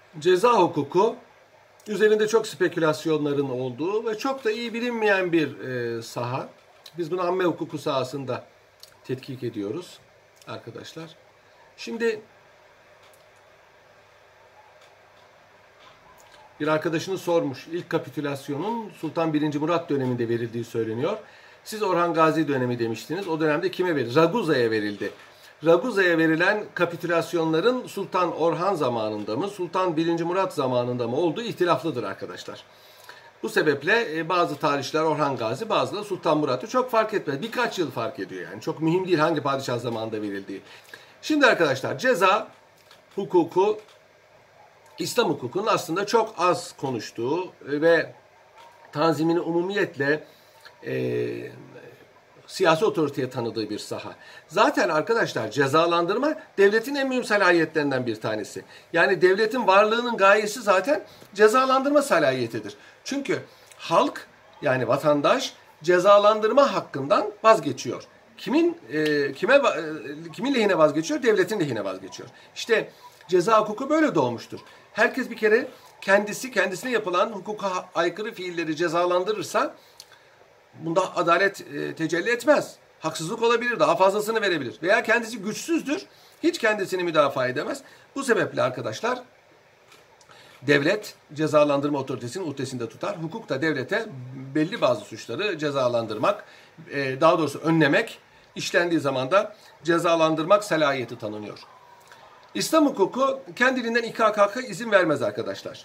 Ceza hukuku üzerinde çok spekülasyonların olduğu ve çok da iyi bilinmeyen bir saha. Biz bunu amme hukuku sahasında tetkik ediyoruz arkadaşlar. Şimdi bir arkadaşını sormuş. İlk kapitülasyonun Sultan 1. Murat döneminde verildiği söyleniyor. Siz Orhan Gazi dönemi demiştiniz. O dönemde kime verildi? Raguza'ya verildi. Raguza'ya verilen kapitülasyonların Sultan Orhan zamanında mı, Sultan 1. Murat zamanında mı olduğu ihtilaflıdır arkadaşlar. Bu sebeple bazı tarihçiler Orhan Gazi, bazıları Sultan Murat'ı çok fark etmez. Birkaç yıl fark ediyor yani. Çok mühim değil hangi padişah zamanında verildiği. Şimdi arkadaşlar ceza hukuku İslam hukukunun aslında çok az konuştuğu ve tanzimini umumiyetle siyasi otoriteye tanıdığı bir saha. Zaten arkadaşlar cezalandırma devletin en mühim salahiyetlerinden bir tanesi. Yani devletin varlığının gayesi zaten cezalandırma salahiyetidir. Çünkü halk yani vatandaş cezalandırma hakkından vazgeçiyor. Kimin lehine vazgeçiyor? Devletin lehine vazgeçiyor. İşte ceza hukuku böyle doğmuştur. Herkes bir kere kendisine yapılan hukuka aykırı fiilleri cezalandırırsa bunda adalet tecelli etmez. Haksızlık olabilir, daha fazlasını verebilir. Veya kendisi güçsüzdür, hiç kendisini müdafaa edemez. Bu sebeple arkadaşlar devlet cezalandırma otoritesinin uhdesinde tutar. Hukuk da devlete belli bazı suçları cezalandırmak, daha doğrusu önlemek, işlendiği zaman da cezalandırmak salahiyeti tanınıyor. İslam hukuku kendiliğinden İKKK'a izin vermez arkadaşlar.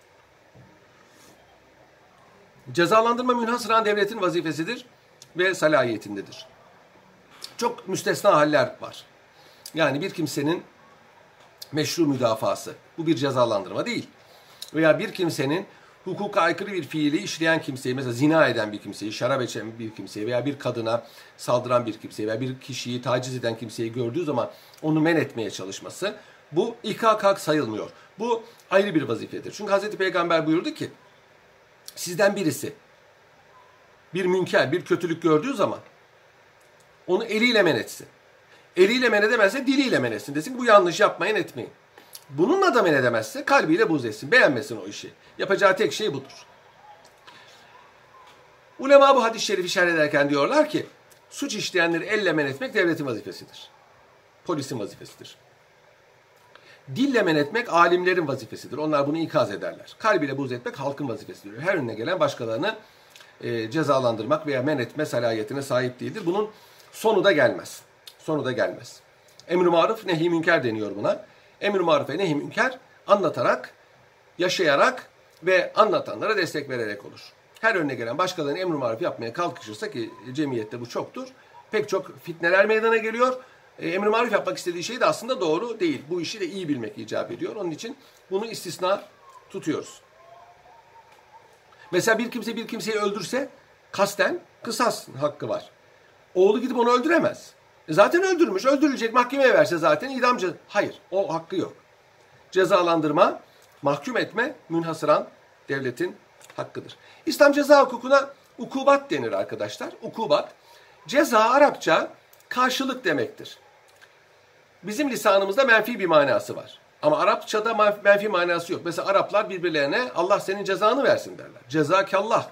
Cezalandırma münhasıran devletin vazifesidir ve salahiyetindedir. Çok müstesna haller var. Yani bir kimsenin meşru müdafası. Bu bir cezalandırma değil. Veya bir kimsenin hukuka aykırı bir fiili işleyen kimseyi, mesela zina eden bir kimseyi, şarap içen bir kimseyi veya bir kadına saldıran bir kimseyi veya bir kişiyi taciz eden kimseyi gördüğü zaman onu men etmeye çalışması, bu İKKK sayılmıyor. Bu ayrı bir vazifedir. Çünkü Hazreti Peygamber buyurdu ki, sizden birisi bir münker, bir kötülük gördüğü zaman onu eliyle men etsin. Eliyle men edemezse diliyle men etsin. Desin bu yanlış, yapmayın, etmeyin. Bununla da men edemezse kalbiyle buğz etsin. Beğenmesin o işi. Yapacağı tek şey budur. Ulema bu hadis-i şerifi şerh ederken diyorlar ki suç işleyenleri elle men etmek devletin vazifesidir. Polisin vazifesidir. Dille men etmek alimlerin vazifesidir. Onlar bunu ikaz ederler. Kalbiyle buğz etmek halkın vazifesidir. Her önüne gelen başkalarını cezalandırmak veya men etme salahiyetine sahip değildir. Bunun sonu da gelmez. Sonu da gelmez. Emr-i maruf, nehy-i münker deniyor buna. Emr-i maruf ve nehy-i münker anlatarak, yaşayarak ve anlatanlara destek vererek olur. Her önüne gelen başkalarının emr-i maruf yapmaya kalkışırsa ki cemiyette bu çoktur. Pek çok fitneler meydana geliyor. Emr-i maruf yapmak istediği şey de aslında doğru değil. Bu işi de iyi bilmek icap ediyor. Onun için bunu istisna tutuyoruz. Mesela bir kimse bir kimseyi öldürse kasten kısas hakkı var. Oğlu gidip onu öldüremez. Zaten öldürmüş, öldürülecek, mahkemeye verse zaten idamcı. Hayır, o hakkı yok. Cezalandırma, mahkum etme münhasıran devletin hakkıdır. İslam ceza hukukuna ukubat denir arkadaşlar. Ukubat, ceza Arapça karşılık demektir. Bizim lisanımızda menfi bir manası var. Ama Arapçada menfi manası yok. Mesela Araplar birbirlerine Allah senin cezanı versin derler. Cezakallah.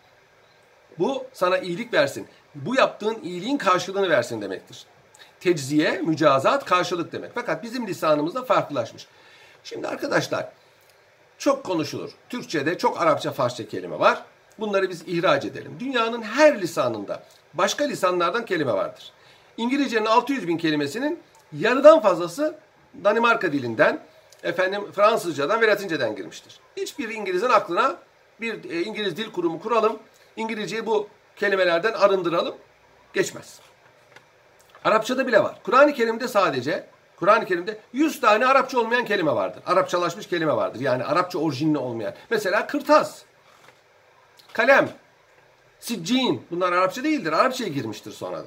Bu sana iyilik versin. Bu yaptığın iyiliğin karşılığını versin demektir. Tecziye, mücazat, karşılık demek. Fakat bizim lisanımızda farklılaşmış. Şimdi arkadaşlar çok konuşulur. Türkçe'de çok Arapça, Farsça kelime var. Bunları biz ihraç edelim. Dünyanın her lisanında başka lisanlardan kelime vardır. İngilizcenin 600 bin kelimesinin yarıdan fazlası Danimarka dilinden, Fransızcadan ve Latinceden girmiştir. Hiçbir İngiliz'in aklına bir İngiliz Dil Kurumu kuralım, İngilizceyi bu kelimelerden arındıralım, geçmez. Arapçada bile var. Kur'an-ı Kerim'de 100 tane Arapça olmayan kelime vardır. Arapçalaşmış kelime vardır. Yani Arapça orijinli olmayan. Mesela kırtas, kalem, siccin. Bunlar Arapça değildir. Arapçaya girmiştir sonradan.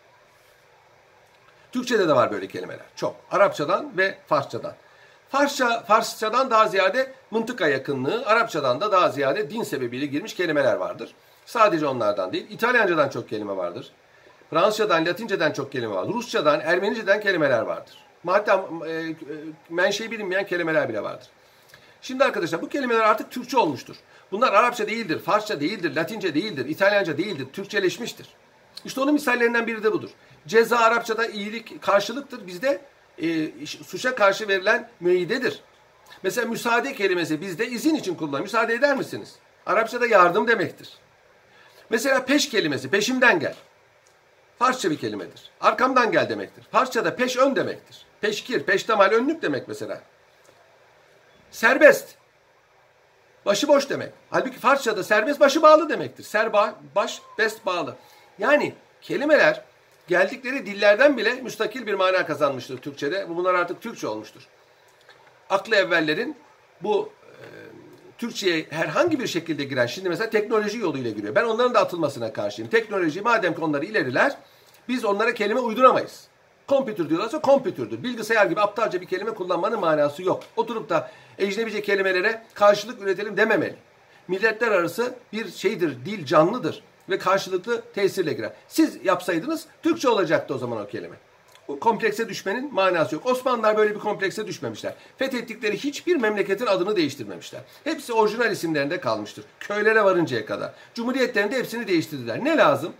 Türkçede de var böyle kelimeler. Çok. Arapçadan ve Farsçadan. Farsçadan daha ziyade mıntıka yakınlığı, Arapçadan da daha ziyade din sebebiyle girmiş kelimeler vardır. Sadece onlardan değil. İtalyancadan çok kelime vardır. Fransızcadan, Latinceden çok kelime vardır. Rusçadan, Ermeniceden kelimeler vardır. Hatta menşei bilinmeyen kelimeler bile vardır. Şimdi arkadaşlar bu kelimeler artık Türkçe olmuştur. Bunlar Arapça değildir, Farsça değildir, Latince değildir, İtalyanca değildir, Türkçeleşmiştir. İşte onun misallerinden biri de budur. Ceza Arapçada iyilik karşılıktır. Bizde suça karşı verilen müeyyidedir. Mesela müsaade kelimesi bizde izin için kullanılır. Müsaade eder misiniz? Arapçada yardım demektir. Mesela peş kelimesi, peşimden gel. Farsça bir kelimedir. Arkamdan gel demektir. Farsçada peş ön demektir. Peşkir, peştemal, önlük demek mesela. Serbest, başıboş demek. Halbuki Farsçada serbest başı bağlı demektir. Baş, best bağlı. Yani kelimeler geldikleri dillerden bile müstakil bir mana kazanmıştır Türkçe'de. Bunlar artık Türkçe olmuştur. Aklı evvellerin bu Türkçe'ye herhangi bir şekilde giren, şimdi mesela teknoloji yoluyla giriyor. Ben onların da atılmasına karşıyım. Teknoloji madem ki onları ileriler, biz onlara kelime uyduramayız. Computer diyorlarsa computer'dır. Bilgisayar gibi aptalca bir kelime kullanmanın manası yok. Oturup da ecnebice kelimelere karşılık üretelim dememeli. Milletler arası bir şeydir, dil canlıdır ve karşılıklı tesirle girer. Siz yapsaydınız Türkçe olacaktı o zaman o kelime. Bu komplekse düşmenin manası yok. Osmanlılar böyle bir komplekse düşmemişler. Fethettikleri hiçbir memleketin adını değiştirmemişler. Hepsi orijinal isimlerinde kalmıştır. Köylere varıncaya kadar. Cumhuriyetlerinde hepsini değiştirdiler. Ne lazım?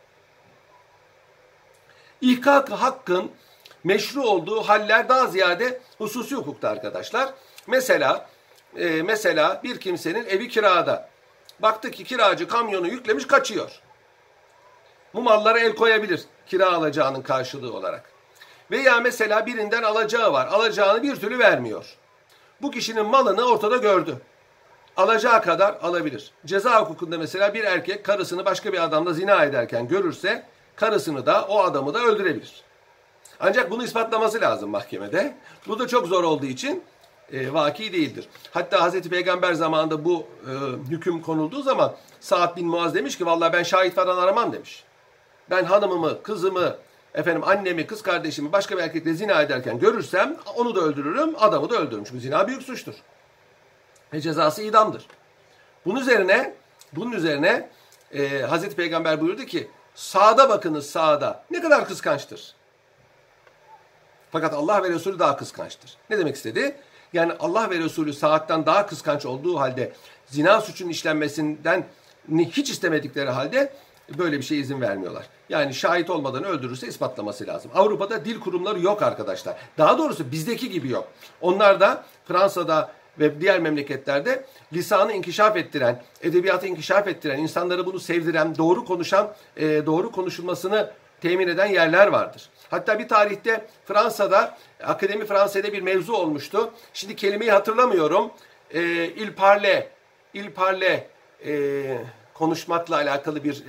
İhkak hakkın meşru olduğu haller daha ziyade hususi hukukta arkadaşlar. Mesela bir kimsenin evi kirada. Baktı ki kiracı kamyonu yüklemiş kaçıyor. Bu mallara el koyabilir kira alacağının karşılığı olarak. Veya mesela birinden alacağı var. Alacağını bir türlü vermiyor. Bu kişinin malını ortada gördü. Alacağı kadar alabilir. Ceza hukukunda mesela bir erkek karısını başka bir adamla zina ederken görürse karısını da o adamı da öldürebilir. Ancak bunu ispatlaması lazım mahkemede. Bu da çok zor olduğu için vaki değildir. Hatta Hazreti Peygamber zamanında bu hüküm konulduğu zaman Sa'd bin Muaz demiş ki vallahi ben şahit falan aramam demiş. Ben hanımımı, kızımı, annemi, kız kardeşimi başka bir erkekle zina ederken görürsem onu da öldürürüm, adamı da öldürürüm. Çünkü zina büyük suçtur. Ve cezası idamdır. Bunun üzerine Hazreti Peygamber buyurdu ki sağda bakınız sağda. Ne kadar kıskançtır. Fakat Allah ve Resulü daha kıskançtır. Ne demek istedi? Yani Allah ve Resulü Sa'd'dan daha kıskanç olduğu halde zina suçunun işlenmesinden hiç istemedikleri halde böyle bir şeye izin vermiyorlar. Yani şahit olmadan öldürürse ispatlaması lazım. Avrupa'da dil kurumları yok arkadaşlar. Daha doğrusu bizdeki gibi yok. Onlar da Fransa'da ve diğer memleketlerde lisanı inkişaf ettiren, edebiyatı inkişaf ettiren, insanları bunu sevdiren, doğru konuşulmasını temin eden yerler vardır. Hatta bir tarihte Fransa'da, Akademi Fransa'da bir mevzu olmuştu. Şimdi kelimeyi hatırlamıyorum. Il parle konuşmakla alakalı bir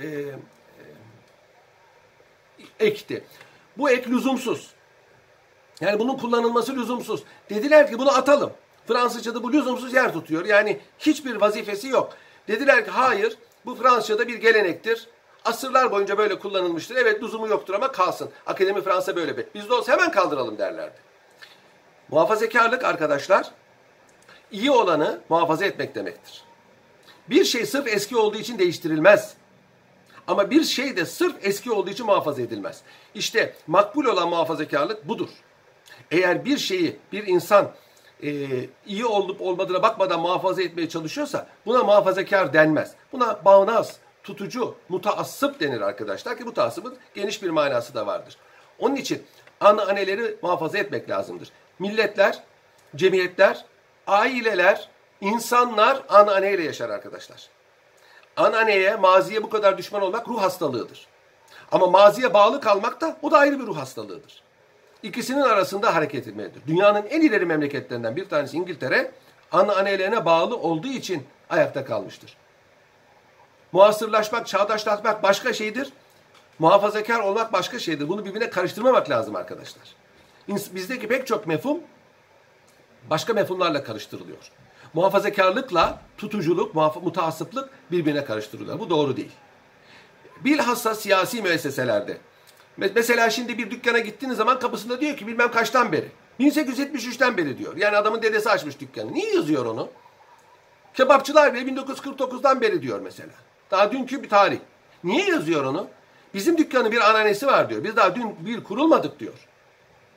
ekti. Bu ek lüzumsuz. Yani bunun kullanılması lüzumsuz. Dediler ki bunu atalım. Fransızca'da bu lüzumsuz yer tutuyor. Yani hiçbir vazifesi yok. Dediler ki hayır, bu Fransızca'da bir gelenektir. Asırlar boyunca böyle kullanılmıştır. Evet lüzumu yoktur ama kalsın. Akademi Fransa böyle. Bizde olsa hemen kaldıralım derlerdi. Muhafazakarlık arkadaşlar, iyi olanı muhafaza etmek demektir. Bir şey sırf eski olduğu için değiştirilmez. Ama bir şey de sırf eski olduğu için muhafaza edilmez. İşte makbul olan muhafazakarlık budur. Eğer bir şeyi bir insan iyi olup olmadığına bakmadan muhafaza etmeye çalışıyorsa buna muhafazakar denmez. Buna bağnaz, tutucu, mutaassıp denir arkadaşlar ki mutaassıbın geniş bir manası da vardır. Onun için ananeleri muhafaza etmek lazımdır. Milletler, cemiyetler, aileler, insanlar ananeyle yaşar arkadaşlar. Ananeye, maziye bu kadar düşman olmak ruh hastalığıdır. Ama maziye bağlı kalmak da o da ayrı bir ruh hastalığıdır. İkisinin arasında hareket etmelidir. Dünyanın en ileri memleketlerinden bir tanesi İngiltere, ananelerine bağlı olduğu için ayakta kalmıştır. Muasırlaşmak, çağdaşlaşmak başka şeydir. Muhafazakar olmak başka şeydir. Bunu birbirine karıştırmamak lazım arkadaşlar. Bizdeki pek çok mefhum başka mefhumlarla karıştırılıyor. Muhafazakarlıkla tutuculuk, mutaassıplık birbirine karıştırılıyor. Bu doğru değil. Bilhassa siyasi müesseselerde. Mesela şimdi bir dükkana gittiğiniz zaman kapısında diyor ki bilmem kaçtan beri. 1873'ten beri diyor. Yani adamın dedesi açmış dükkanı. Niye yazıyor onu? Kebapçılar bile 1949'dan beri diyor mesela. Daha dünkü bir tarih. Niye yazıyor onu? Bizim dükkanın bir ananesi var diyor. Biz daha dün bir kurulmadık diyor.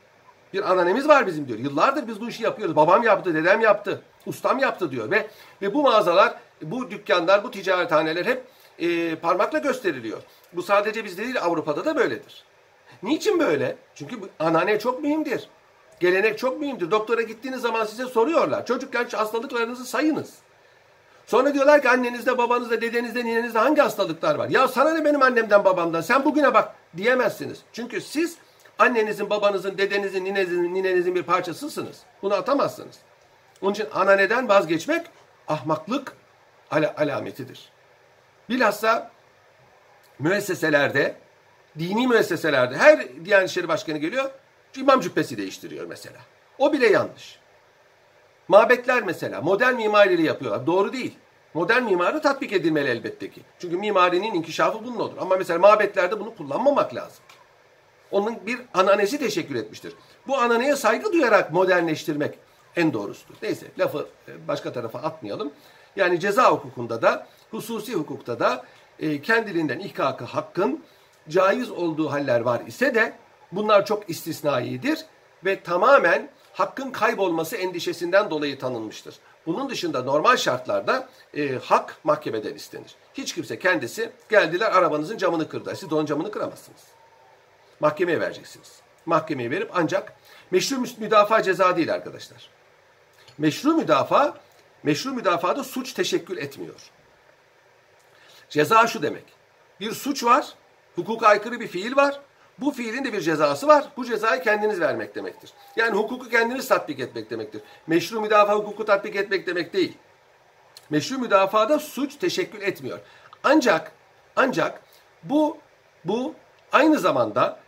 Bir ananemiz var bizim diyor. Yıllardır biz bu işi yapıyoruz. Babam yaptı, dedem yaptı, ustam yaptı diyor. Ve bu mağazalar, bu dükkanlar, bu ticarethaneler hep parmakla gösteriliyor. Bu sadece bizde değil, Avrupa'da da böyledir. Niçin böyle? Çünkü anane çok mühimdir. Gelenek çok mühimdir. Doktora gittiğiniz zaman size soruyorlar. Çocukken hastalıklarınızı sayınız. Sonra diyorlar ki annenizde, babanızda, dedenizde, ninenizde hangi hastalıklar var? Ya sana ne benim annemden, babamdan? Sen bugüne bak diyemezsiniz. Çünkü siz annenizin, babanızın, dedenizin, ninenizin bir parçasısınız. Bunu atamazsınız. Onun için ananeden vazgeçmek ahmaklık alametidir. Bilhassa müesseselerde, dini müesseselerde her Diyanet İşleri Başkanı geliyor, imam cübbesi değiştiriyor mesela. O bile yanlış. Mabetler mesela modern mimariyle yapıyorlar. Doğru değil. Modern mimari tatbik edilmeli elbette ki. Çünkü mimarinin inkişafı bunun olur. Ama mesela mabetlerde bunu kullanmamak lazım. Onun bir ananesi teşekkür etmiştir. Bu ananeye saygı duyarak modernleştirmek en doğrusudur. Neyse lafı başka tarafa atmayalım. Yani ceza hukukunda da, hususi hukukta da kendiliğinden ihkakı hakkın caiz olduğu haller var ise de bunlar çok istisnaidir ve tamamen hakkın kaybolması endişesinden dolayı tanınmıştır. Bunun dışında normal şartlarda hak mahkemeden istenir. Hiç kimse kendisi geldiler arabanızın camını kırdı. Siz de onun camını kıramazsınız. Mahkemeye vereceksiniz. Mahkemeye verip ancak meşru müdafaa ceza değil arkadaşlar. Meşru müdafada suç teşekkül etmiyor. Ceza şu demek. Bir suç var, hukuka aykırı bir fiil var. Bu fiilin de bir cezası var. Bu cezayı kendiniz vermek demektir. Yani hukuku kendiniz tatbik etmek demektir. Meşru müdafaa hukuku tatbik etmek demek değil. Meşru müdafada suç teşekkül etmiyor. Ancak bu aynı zamanda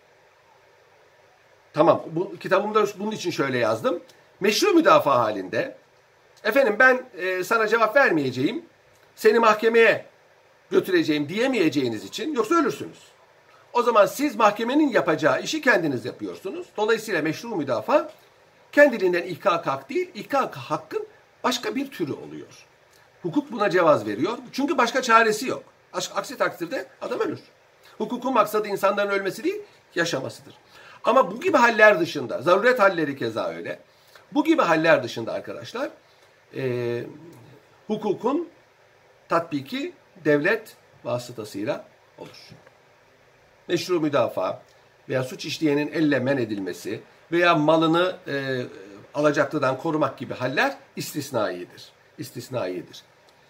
tamam bu kitabımda bunun için şöyle yazdım. Meşru müdafaa halinde efendim ben sana cevap vermeyeceğim. Seni mahkemeye götüreceğim diyemeyeceğiniz için yoksa ölürsünüz. O zaman siz mahkemenin yapacağı işi kendiniz yapıyorsunuz. Dolayısıyla meşru müdafaa kendiliğinden ihkak hak değil, ihkak hakkın başka bir türü oluyor. Hukuk buna cevaz veriyor. Çünkü başka çaresi yok. Aksi takdirde adam ölür. Hukukun maksadı insanların ölmesi değil, yaşamasıdır. Ama bu gibi haller dışında, zaruret halleri keza öyle. Bu gibi haller dışında arkadaşlar, hukukun tatbiki devlet vasıtasıyla olur. Meşru müdafaa veya suç işleyenin elle men edilmesi veya malını alacaklıdan korumak gibi haller istisnaidir.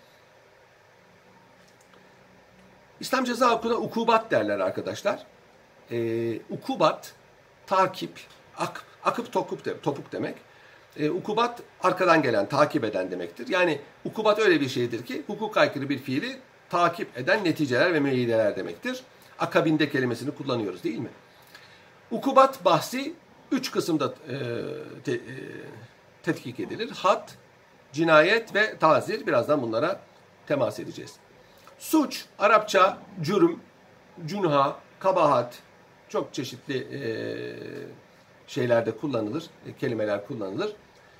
İslam ceza hukukuna ukubat derler arkadaşlar. Ukubat, takip, akıp topuk demek. Ukubat arkadan gelen, takip eden demektir. Yani ukubat öyle bir şeydir ki hukuk aykırı bir fiili takip eden neticeler ve müeyyideler demektir. Akabinde kelimesini kullanıyoruz değil mi? Ukubat bahsi 3 kısımda tetkik edilir. Had, cinayet ve tazir. Birazdan bunlara temas edeceğiz. Suç, Arapça cürüm, cünha, kabahat, çok çeşitli şeylerde kullanılır, kelimeler kullanılır.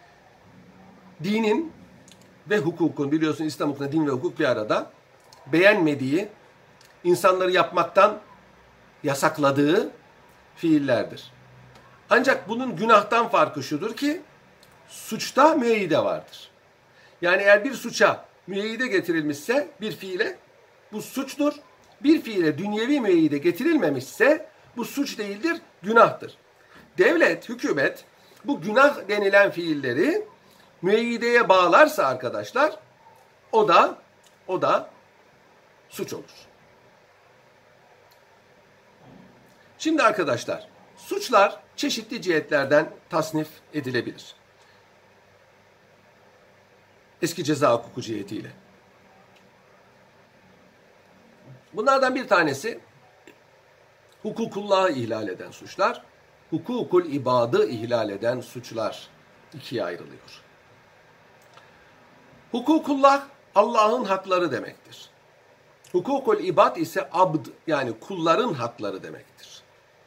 Dinin ve hukukun, biliyorsun İslam hukukunda din ve hukuk bir arada, beğenmediği, insanları yapmaktan yasakladığı fiillerdir. Ancak bunun günahtan farkı şudur ki, suçta müeyyide vardır. Yani eğer bir suça müeyyide getirilmişse bir fiile, bu suçtur. Bir fiile dünyevi müeyyide getirilmemişse, bu suç değildir, günahtır. Devlet, hükümet bu günah denilen fiilleri müeyyideye bağlarsa arkadaşlar, o da suç olur. Şimdi arkadaşlar, suçlar çeşitli cihetlerden tasnif edilebilir. Eski ceza hukuku cihetiyle. Bunlardan bir tanesi hukukullah'ı ihlal eden suçlar, hukukul ibadı ihlal eden suçlar ikiye ayrılıyor. Hukukullah Allah'ın hakları demektir. Hukukul ibad ise abd yani kulların hakları demektir.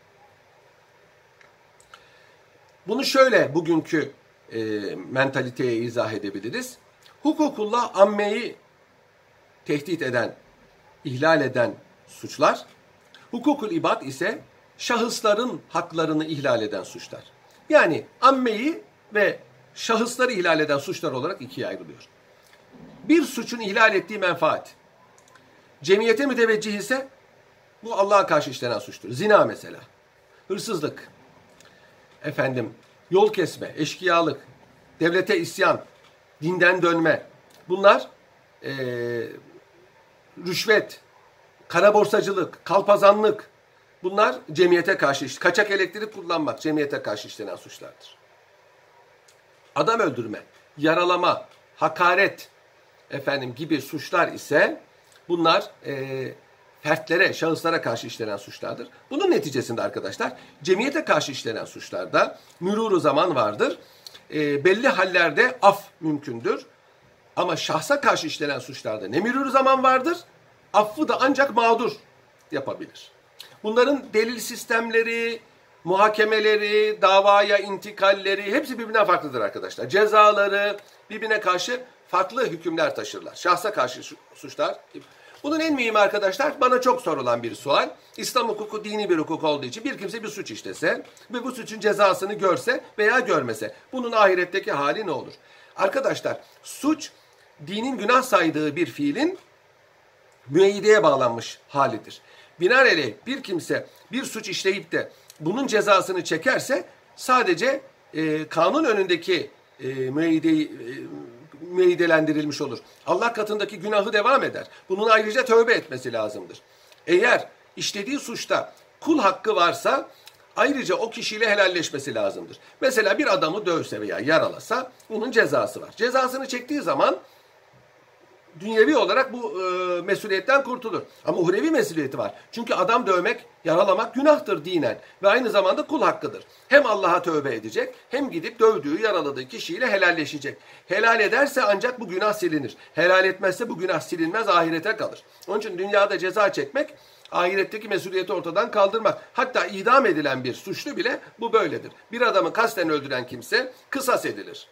Bunu şöyle bugünkü mentaliteye izah edebiliriz. Hukukullah ammeyi tehdit eden, ihlal eden suçlar. Hukukul ibad ise şahısların haklarını ihlal eden suçlar. Yani ammeyi ve şahısları ihlal eden suçlar olarak ikiye ayrılıyor. Bir suçun ihlal ettiği menfaat cemiyete müteveccih ise bu Allah'a karşı işlenen suçtur. Zina mesela, hırsızlık, yol kesme, eşkıyalık, devlete isyan, dinden dönme. Bunlar rüşvet, kara borsacılık, kalpazanlık. Bunlar cemiyete karşı, kaçak elektrik kullanmak cemiyete karşı işlenen suçlardır. Adam öldürme, yaralama, hakaret gibi suçlar ise bunlar fertlere, şahıslara karşı işlenen suçlardır. Bunun neticesinde arkadaşlar cemiyete karşı işlenen suçlarda mürûr-u zaman vardır. Belli hallerde af mümkündür. Ama şahsa karşı işlenen suçlarda ne mürûr-u zaman vardır, affı da ancak mağdur yapabilir. Bunların delil sistemleri, muhakemeleri, davaya intikalleri hepsi birbirinden farklıdır arkadaşlar. Cezaları birbirine karşı farklı hükümler taşırlar. Şahsa karşı suçlar. Bunun en mühimi arkadaşlar bana çok sorulan bir sual. İslam hukuku dini bir hukuk olduğu için bir kimse bir suç işlese ve bu suçun cezasını görse veya görmese bunun ahiretteki hali ne olur? Arkadaşlar suç dinin günah saydığı bir fiilin müeyyideye bağlanmış halidir. Binaenaleyh bir kimse bir suç işleyip de bunun cezasını çekerse sadece kanun önündeki müeyyidelendirilmiş olur. Allah katındaki günahı devam eder. Bunun ayrıca tövbe etmesi lazımdır. Eğer işlediği suçta kul hakkı varsa ayrıca o kişiyle helalleşmesi lazımdır. Mesela bir adamı dövse veya yaralasa bunun cezası var. Cezasını çektiği zaman dünyevi olarak bu mesuliyetten kurtulur. Ama uhrevi mesuliyeti var. Çünkü adam dövmek, yaralamak günahtır dinen ve aynı zamanda kul hakkıdır. Hem Allah'a tövbe edecek hem gidip dövdüğü, yaraladığı kişiyle helalleşecek. Helal ederse ancak bu günah silinir. Helal etmezse bu günah silinmez, ahirete kalır. Onun için dünyada ceza çekmek, ahiretteki mesuliyeti ortadan kaldırmak. Hatta idam edilen bir suçlu bile bu böyledir. Bir adamı kasten öldüren kimse kısas edilir.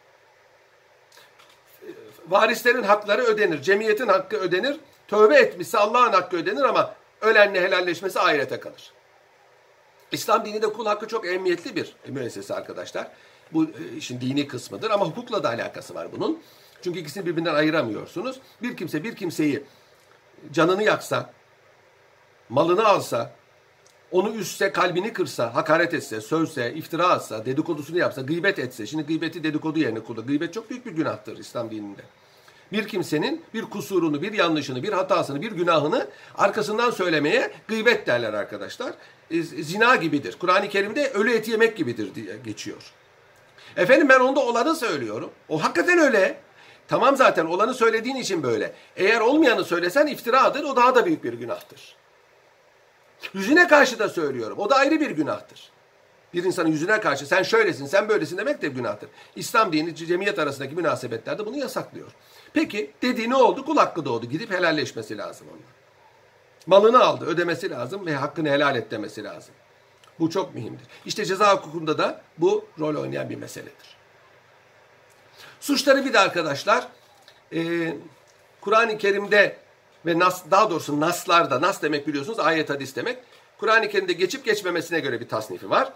Varislerin hakları ödenir, cemiyetin hakkı ödenir, tövbe etmişse Allah'ın hakkı ödenir ama ölenle helalleşmesi ahirete kalır. İslam dininde kul hakkı çok ehemmiyetli bir müessese arkadaşlar. Bu işin dini kısmıdır ama hukukla da alakası var bunun. Çünkü ikisini birbirinden ayıramıyorsunuz. Bir kimse bir kimseyi canını yaksa, malını alsa, onu üzse, kalbini kırsa, hakaret etse, sövse, iftira atsa, dedikodusunu yapsa, gıybet etse. Şimdi gıybeti dedikodu yerine kullanıyor. Gıybet çok büyük bir günahtır İslam dininde. Bir kimsenin bir kusurunu, bir yanlışını, bir hatasını, bir günahını arkasından söylemeye gıybet derler arkadaşlar. Zina gibidir. Kur'an-ı Kerim'de ölü eti yemek gibidir diye geçiyor. Ben onda olanı söylüyorum. O hakikaten öyle. Tamam zaten olanı söylediğin için böyle. Eğer olmayanı söylesen iftiradır, o daha da büyük bir günahtır. Yüzüne karşı da söylüyorum. O da ayrı bir günahtır. Bir insanın yüzüne karşı sen şöylesin, sen böylesin demek de günahtır. İslam dini cemiyet arasındaki münasebetlerde bunu yasaklıyor. Peki dediği ne oldu? Kul hakkı doğdu. Gidip helalleşmesi lazım onunla. Malını aldı, ödemesi lazım ve hakkını helal et demesi lazım. Bu çok mühimdir. İşte ceza hukukunda da bu rol oynayan bir meseledir. Suçları bir de arkadaşlar Kur'an-ı Kerim'de ve daha doğrusu naslarda, nas demek biliyorsunuz ayet hadis demek. Kur'an-ı Kerim'de geçip geçmemesine göre bir tasnifi var.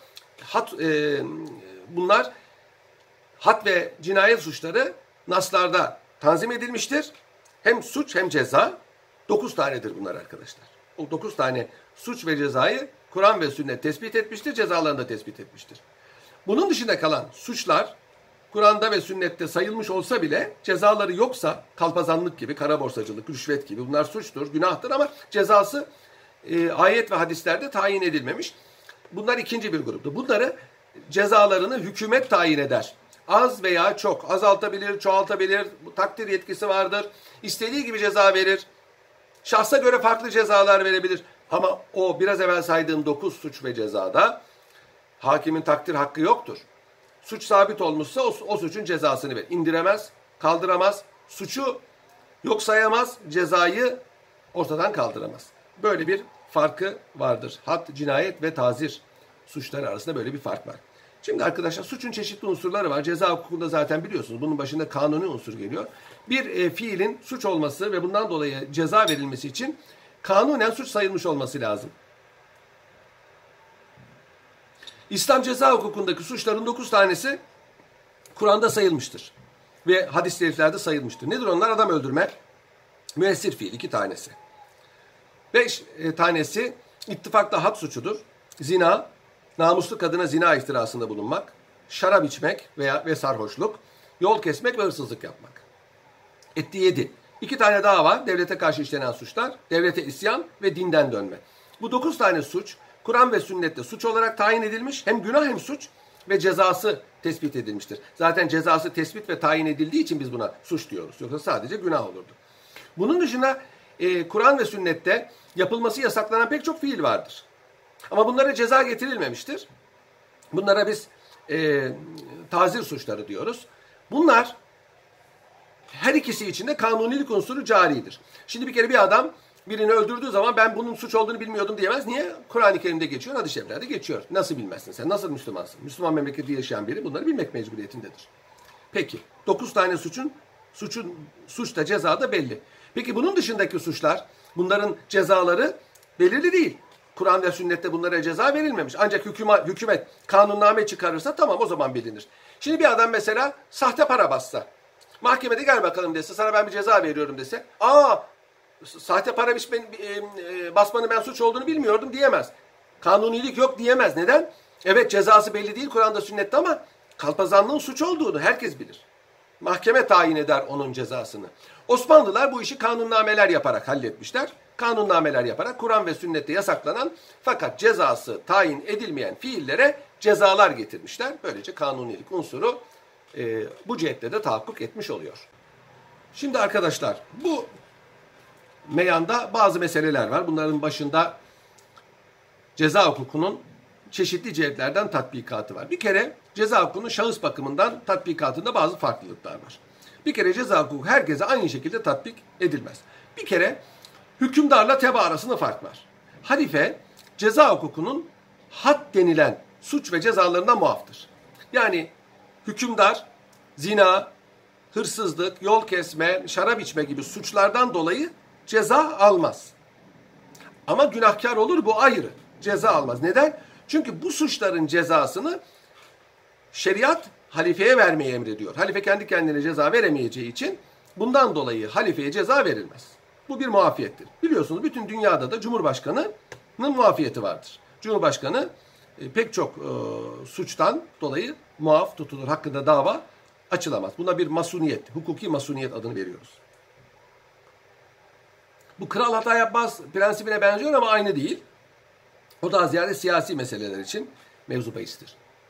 Bunlar had ve cinayet suçları naslarda tanzim edilmiştir. Hem suç hem ceza. 9 tanedir bunlar arkadaşlar. O 9 tane suç ve cezayı Kur'an ve sünnet tespit etmiştir, cezalarını da tespit etmiştir. Bunun dışında kalan suçlar Kur'an'da ve sünnette sayılmış olsa bile cezaları yoksa kalpazanlık gibi, kara borsacılık, rüşvet gibi bunlar suçtur, günahtır ama cezası ayet ve hadislerde tayin edilmemiş. Bunlar ikinci bir gruptur. Bunları cezalarını hükümet tayin eder. Az veya çok, azaltabilir, çoğaltabilir, takdir yetkisi vardır. İstediği gibi ceza verir. Şahsa göre farklı cezalar verebilir. Ama o biraz evvel saydığım 9 suç ve cezada hakimin takdir hakkı yoktur. Suç sabit olmuşsa o suçun cezasını verir. İndiremez, kaldıramaz, suçu yok sayamaz, cezayı ortadan kaldıramaz. Böyle bir farkı vardır. Had, cinayet ve tazir suçları arasında böyle bir fark var. Şimdi arkadaşlar suçun çeşitli unsurları var. Ceza hukukunda zaten biliyorsunuz bunun başında kanuni unsur geliyor. Bir fiilin suç olması ve bundan dolayı ceza verilmesi için kanunen suç sayılmış olması lazım. İslam ceza hukukundaki suçların 9 tanesi Kur'an'da sayılmıştır. Ve hadis-i şeriflerde sayılmıştır. Nedir onlar? Adam öldürme, müessir fiil 2 tanesi. 5 tanesi ittifakla had suçudur. Zina, namuslu kadına zina iftirasında bulunmak, şarap içmek ve sarhoşluk, yol kesmek ve hırsızlık yapmak. Etti 7. 2 tane daha var. Devlete karşı işlenen suçlar. Devlete isyan ve dinden dönme. Bu 9 tane suç Kur'an ve sünnette suç olarak tayin edilmiş. Hem günah hem suç ve cezası tespit edilmiştir. Zaten cezası tespit ve tayin edildiği için biz buna suç diyoruz. Yoksa sadece günah olurdu. Bunun dışında Kur'an ve sünnette yapılması yasaklanan pek çok fiil vardır. Ama bunlara ceza getirilmemiştir. Bunlara biz tazir suçları diyoruz. Bunlar her ikisi için de kanunilik unsuru caridir. Şimdi bir kere bir adam birini öldürdüğü zaman ben bunun suç olduğunu bilmiyordum diyemez. Niye? Kur'an-ı Kerim'de geçiyor, hadis-i şeriflerde geçiyor. Nasıl bilmezsin sen? Nasıl Müslümansın? Müslüman memlekette yaşayan biri bunları bilmek mecburiyetindedir. Peki 9 tane suç da ceza da belli. Peki bunun dışındaki suçlar, bunların cezaları belirli değil. Kur'an ve sünnette bunlara ceza verilmemiş. Ancak hükümet kanunname çıkarırsa tamam o zaman bilinir. Şimdi bir adam mesela sahte para bassa, mahkemede gel bakalım dese, sana ben bir ceza veriyorum dese, sahte para basmanın ben suç olduğunu bilmiyordum diyemez. Kanunilik yok diyemez. Neden? Evet cezası belli değil Kur'an'da sünnette ama kalpazanlığın suç olduğunu herkes bilir. Mahkeme tayin eder onun cezasını. Osmanlılar bu işi kanunnameler yaparak halletmişler. Kanunnameler yaparak Kur'an ve sünnette yasaklanan fakat cezası tayin edilmeyen fiillere cezalar getirmişler. Böylece kanunilik unsuru bu cihette de tahakkuk etmiş oluyor. Şimdi arkadaşlar bu meyanda bazı meseleler var. Bunların başında ceza hukukunun çeşitli cihetlerden tatbikatı var. Bir kere ceza hukukunun şahıs bakımından tatbikatında bazı farklılıklar var. Bir kere ceza hukuku herkese aynı şekilde tatbik edilmez. Bir kere hükümdarla teba arasında fark var. Halife ceza hukukunun had denilen suç ve cezalarından muaftır. Yani hükümdar zina, hırsızlık, yol kesme, şarap içme gibi suçlardan dolayı ceza almaz. Ama günahkar olur, bu ayrı. Ceza almaz. Neden? Çünkü bu suçların cezasını şeriat halifeye vermeyi emrediyor. Halife kendi kendine ceza veremeyeceği için bundan dolayı halifeye ceza verilmez. Bu bir muafiyettir. Biliyorsunuz bütün dünyada da Cumhurbaşkanı'nın muafiyeti vardır. Cumhurbaşkanı pek çok suçtan dolayı muaf tutulur. Hakkında dava açılamaz. Buna bir masuniyet, hukuki masuniyet adını veriyoruz. Bu kral hata yapmaz prensibine benziyor ama aynı değil. O daha ziyade siyasi meseleler için mevzu bahistir.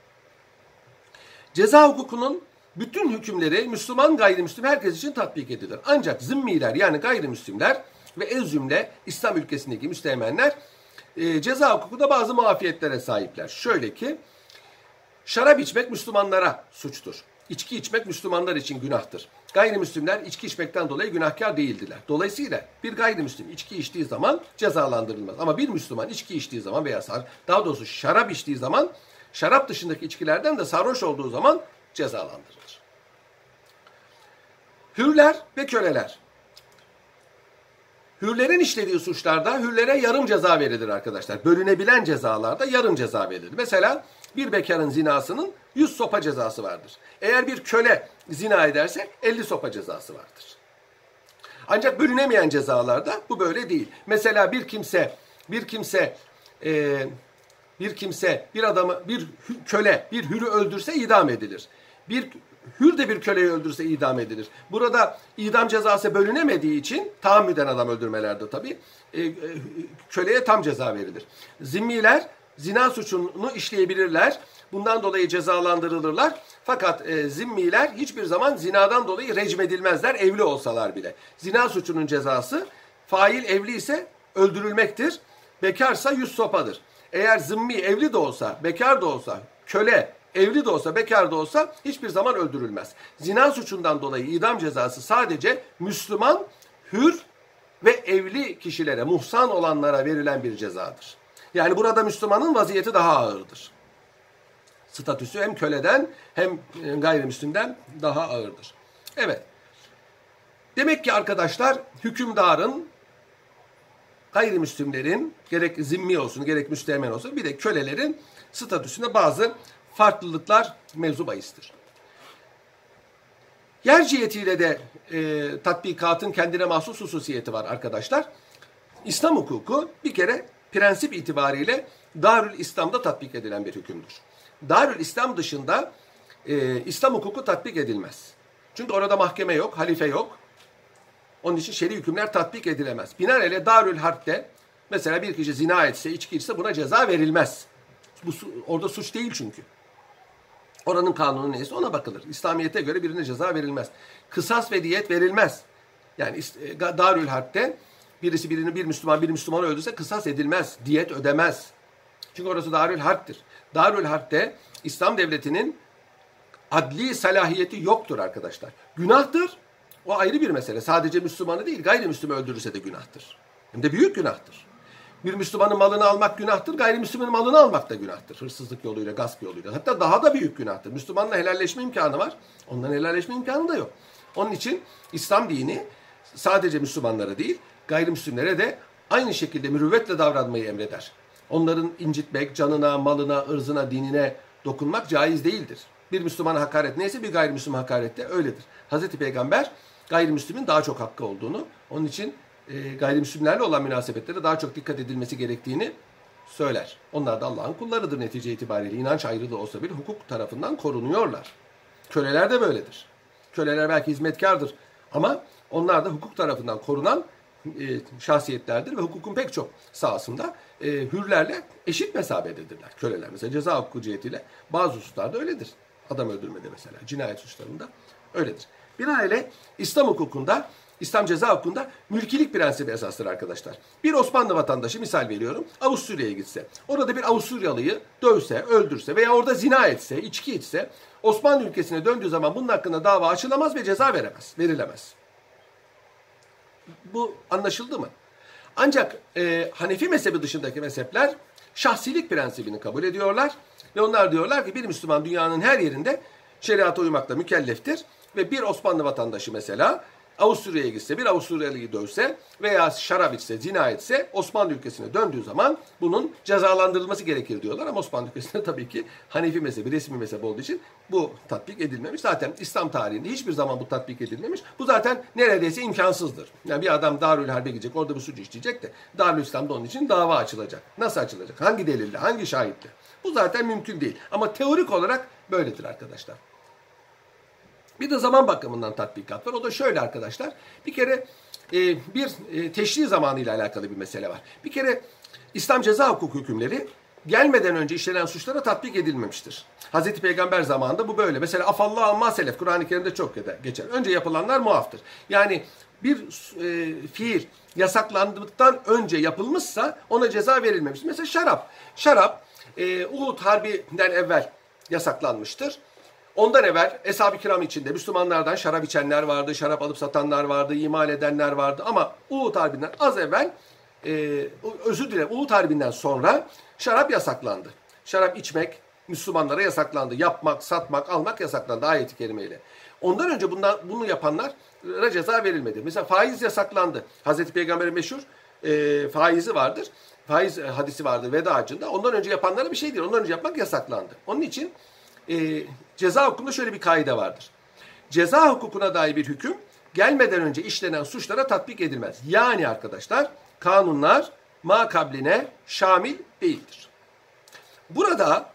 Ceza hukukunun bütün hükümleri Müslüman gayrimüslim herkes için tatbik edilir. Ancak zimmiler yani gayrimüslimler ve ezzümle İslam ülkesindeki müsteğmenler ceza hukukunda bazı muafiyetlere sahipler. Şöyle ki şarap içmek Müslümanlara suçtur. İçki içmek Müslümanlar için günahtır. Gayrimüslimler içki içmekten dolayı günahkar değildiler. Dolayısıyla bir gayrimüslim içki içtiği zaman cezalandırılmaz. Ama bir Müslüman içki içtiği zaman veya daha doğrusu şarap içtiği zaman, şarap dışındaki içkilerden de sarhoş olduğu zaman cezalandırılır. Hürler ve köleler. Hürlerin işlediği suçlarda hürlere yarım ceza verilir arkadaşlar. Bölünebilen cezalarda yarım ceza verilir. Mesela bir bekarın zinasının 100 sopa cezası vardır. Eğer bir köle zina ederse 50 sopa cezası vardır. Ancak bölünemeyen cezalarda bu böyle değil. Mesela bir köle bir hürü öldürse idam edilir. Bir hür de bir köleyi öldürse idam edilir. Burada idam cezası bölünemediği için tahammüden adam öldürmelerde tabii köleye tam ceza verilir. Zimmiler zina suçunu işleyebilirler. Bundan dolayı cezalandırılırlar. Fakat zimmiler hiçbir zaman zinadan dolayı recmedilmezler evli olsalar bile. Zina suçunun cezası fail evli ise öldürülmektir. Bekarsa 100 sopadır. Eğer zimmi evli de olsa, bekar da olsa, köle evli de olsa, bekar da olsa hiçbir zaman öldürülmez. Zina suçundan dolayı idam cezası sadece Müslüman, hür ve evli kişilere, muhsan olanlara verilen bir cezadır. Yani burada Müslümanın vaziyeti daha ağırdır. Statüsü hem köleden hem gayrimüslimden daha ağırdır. Evet. Demek ki arkadaşlar hükümdarın gayrimüslimlerin gerek zimmi olsun gerek müsteğmen olsun bir de kölelerin statüsünde bazı farklılıklar mevzu bahistir. Yer cihetiyle de tatbikatın kendine mahsus hususiyeti var arkadaşlar. İslam hukuku bir kere prensip itibariyle Darül İslam'da tatbik edilen bir hükümdür. Darül İslam dışında İslam hukuku tatbik edilmez. Çünkü orada mahkeme yok, halife yok. Onun için şer'i hükümler tatbik edilemez. Binaenaleyh Darül Harp'te mesela bir kişi zina etse, içki içse buna ceza verilmez. Orada suç değil çünkü. Oranın kanunu neyse ona bakılır. İslamiyet'e göre birine ceza verilmez. Kısas ve diyet verilmez. Yani Darül Harp'te bir Müslüman öldürse kısas edilmez, diyet ödemez. Çünkü orası Darül Harp'tir. Darül Harp'te İslam devletinin adli salahiyeti yoktur arkadaşlar. Günahtır. O ayrı bir mesele. Sadece Müslümanı değil, gayrimüslimi öldürürse de günahtır. Hem de büyük günahtır. Bir Müslümanın malını almak günahtır, gayrimüslimin malını almak da günahtır. Hırsızlık yoluyla, gasp yoluyla. Hatta daha da büyük günahtır. Müslümanla helalleşme imkanı var. Ondan helalleşme imkanı da yok. Onun için İslam dini sadece Müslümanlara değil, gayrimüslimlere de aynı şekilde mürüvvetle davranmayı emreder. Onların incitmek, canına, malına, ırzına, dinine dokunmak caiz değildir. Bir Müslümana hakaret neyse bir gayrimüslim hakaret de öyledir. Hazreti Peygamber gayrimüslimin daha çok hakkı olduğunu, onun için gayrimüslimlerle olan münasebetlere daha çok dikkat edilmesi gerektiğini söyler. Onlar da Allah'ın kullarıdır netice itibariyle. İnanç ayrılığı olsa bile hukuk tarafından korunuyorlar. Köleler de böyledir. Köleler belki hizmetkardır ama onlar da hukuk tarafından korunan şahsiyetlerdir ve hukukun pek çok sahasında hürlerle eşit mesabededirler. Köleler mesela ceza hukuku cihetiyle bazı hususlarda öyledir. Adam öldürmede mesela cinayet suçlarında öyledir. Binaenaleyh İslam hukukunda, İslam ceza hukukunda mülkilik prensibi esastır arkadaşlar. Bir Osmanlı vatandaşı misal veriyorum Avusturya'ya gitse, orada bir Avusturyalıyı dövse, öldürse veya orada zina etse, içki içse Osmanlı ülkesine döndüğü zaman bunun hakkında dava açılamaz ve ceza verilemez. Bu anlaşıldı mı? Ancak Hanefi mezhebi dışındaki mezhepler şahsilik prensibini kabul ediyorlar ve onlar diyorlar ki bir Müslüman dünyanın her yerinde şeriata uymakla mükelleftir ve bir Osmanlı vatandaşı mesela Avusturya'ya gitse, bir Avusturyalıyı dövse veya şarap içse, zina etse Osmanlı ülkesine döndüğü zaman bunun cezalandırılması gerekir diyorlar. Ama Osmanlı ülkesinde tabii ki Hanefi mezhebi, resmi mezhep olduğu için bu tatbik edilmemiş. Zaten İslam tarihinde hiçbir zaman bu tatbik edilmemiş. Bu zaten neredeyse imkansızdır. Yani bir adam Darül Harp'e gidecek, orada bir suç işleyecek de Darül İslam'da onun için dava açılacak. Nasıl açılacak? Hangi delille, hangi şahitle? Bu zaten mümkün değil. Ama teorik olarak böyledir arkadaşlar. Bir de zaman bakımından tatbikat var. O da şöyle arkadaşlar. Bir kere bir teşri zamanıyla alakalı bir mesele var. Bir kere İslam ceza hukuku hükümleri gelmeden önce işlenen suçlara tatbik edilmemiştir. Hazreti Peygamber zamanında bu böyle. Mesela afallahu amma selef Kur'an-ı Kerim'de çok geçer. Önce yapılanlar muaftır. Yani bir fiil yasaklandıktan önce yapılmışsa ona ceza verilmemiştir. Mesela şarap. Şarap Uhud Harbi'nden evvel yasaklanmıştır. Ondan evvel Eshab-ı Kiram içinde Müslümanlardan şarap içenler vardı, şarap alıp satanlar vardı, imal edenler vardı. Ama Uhud Harbi'nden az evvel, Uhud Harbi'nden sonra şarap yasaklandı. Şarap içmek Müslümanlara yasaklandı. Yapmak, satmak, almak yasaklandı ayet-i kerimeyle. Ondan önce bunu yapanlara ceza verilmedi. Mesela faiz yasaklandı. Hazreti Peygamber'in meşhur faizi vardır. Faiz hadisi vardır veda hacında. Ondan önce yapanlara bir şey değil. Ondan önce yapmak yasaklandı. Onun için ceza hukukunda şöyle bir kaide vardır. Ceza hukukuna dair bir hüküm gelmeden önce işlenen suçlara tatbik edilmez. Yani arkadaşlar kanunlar makabline şamil değildir. Burada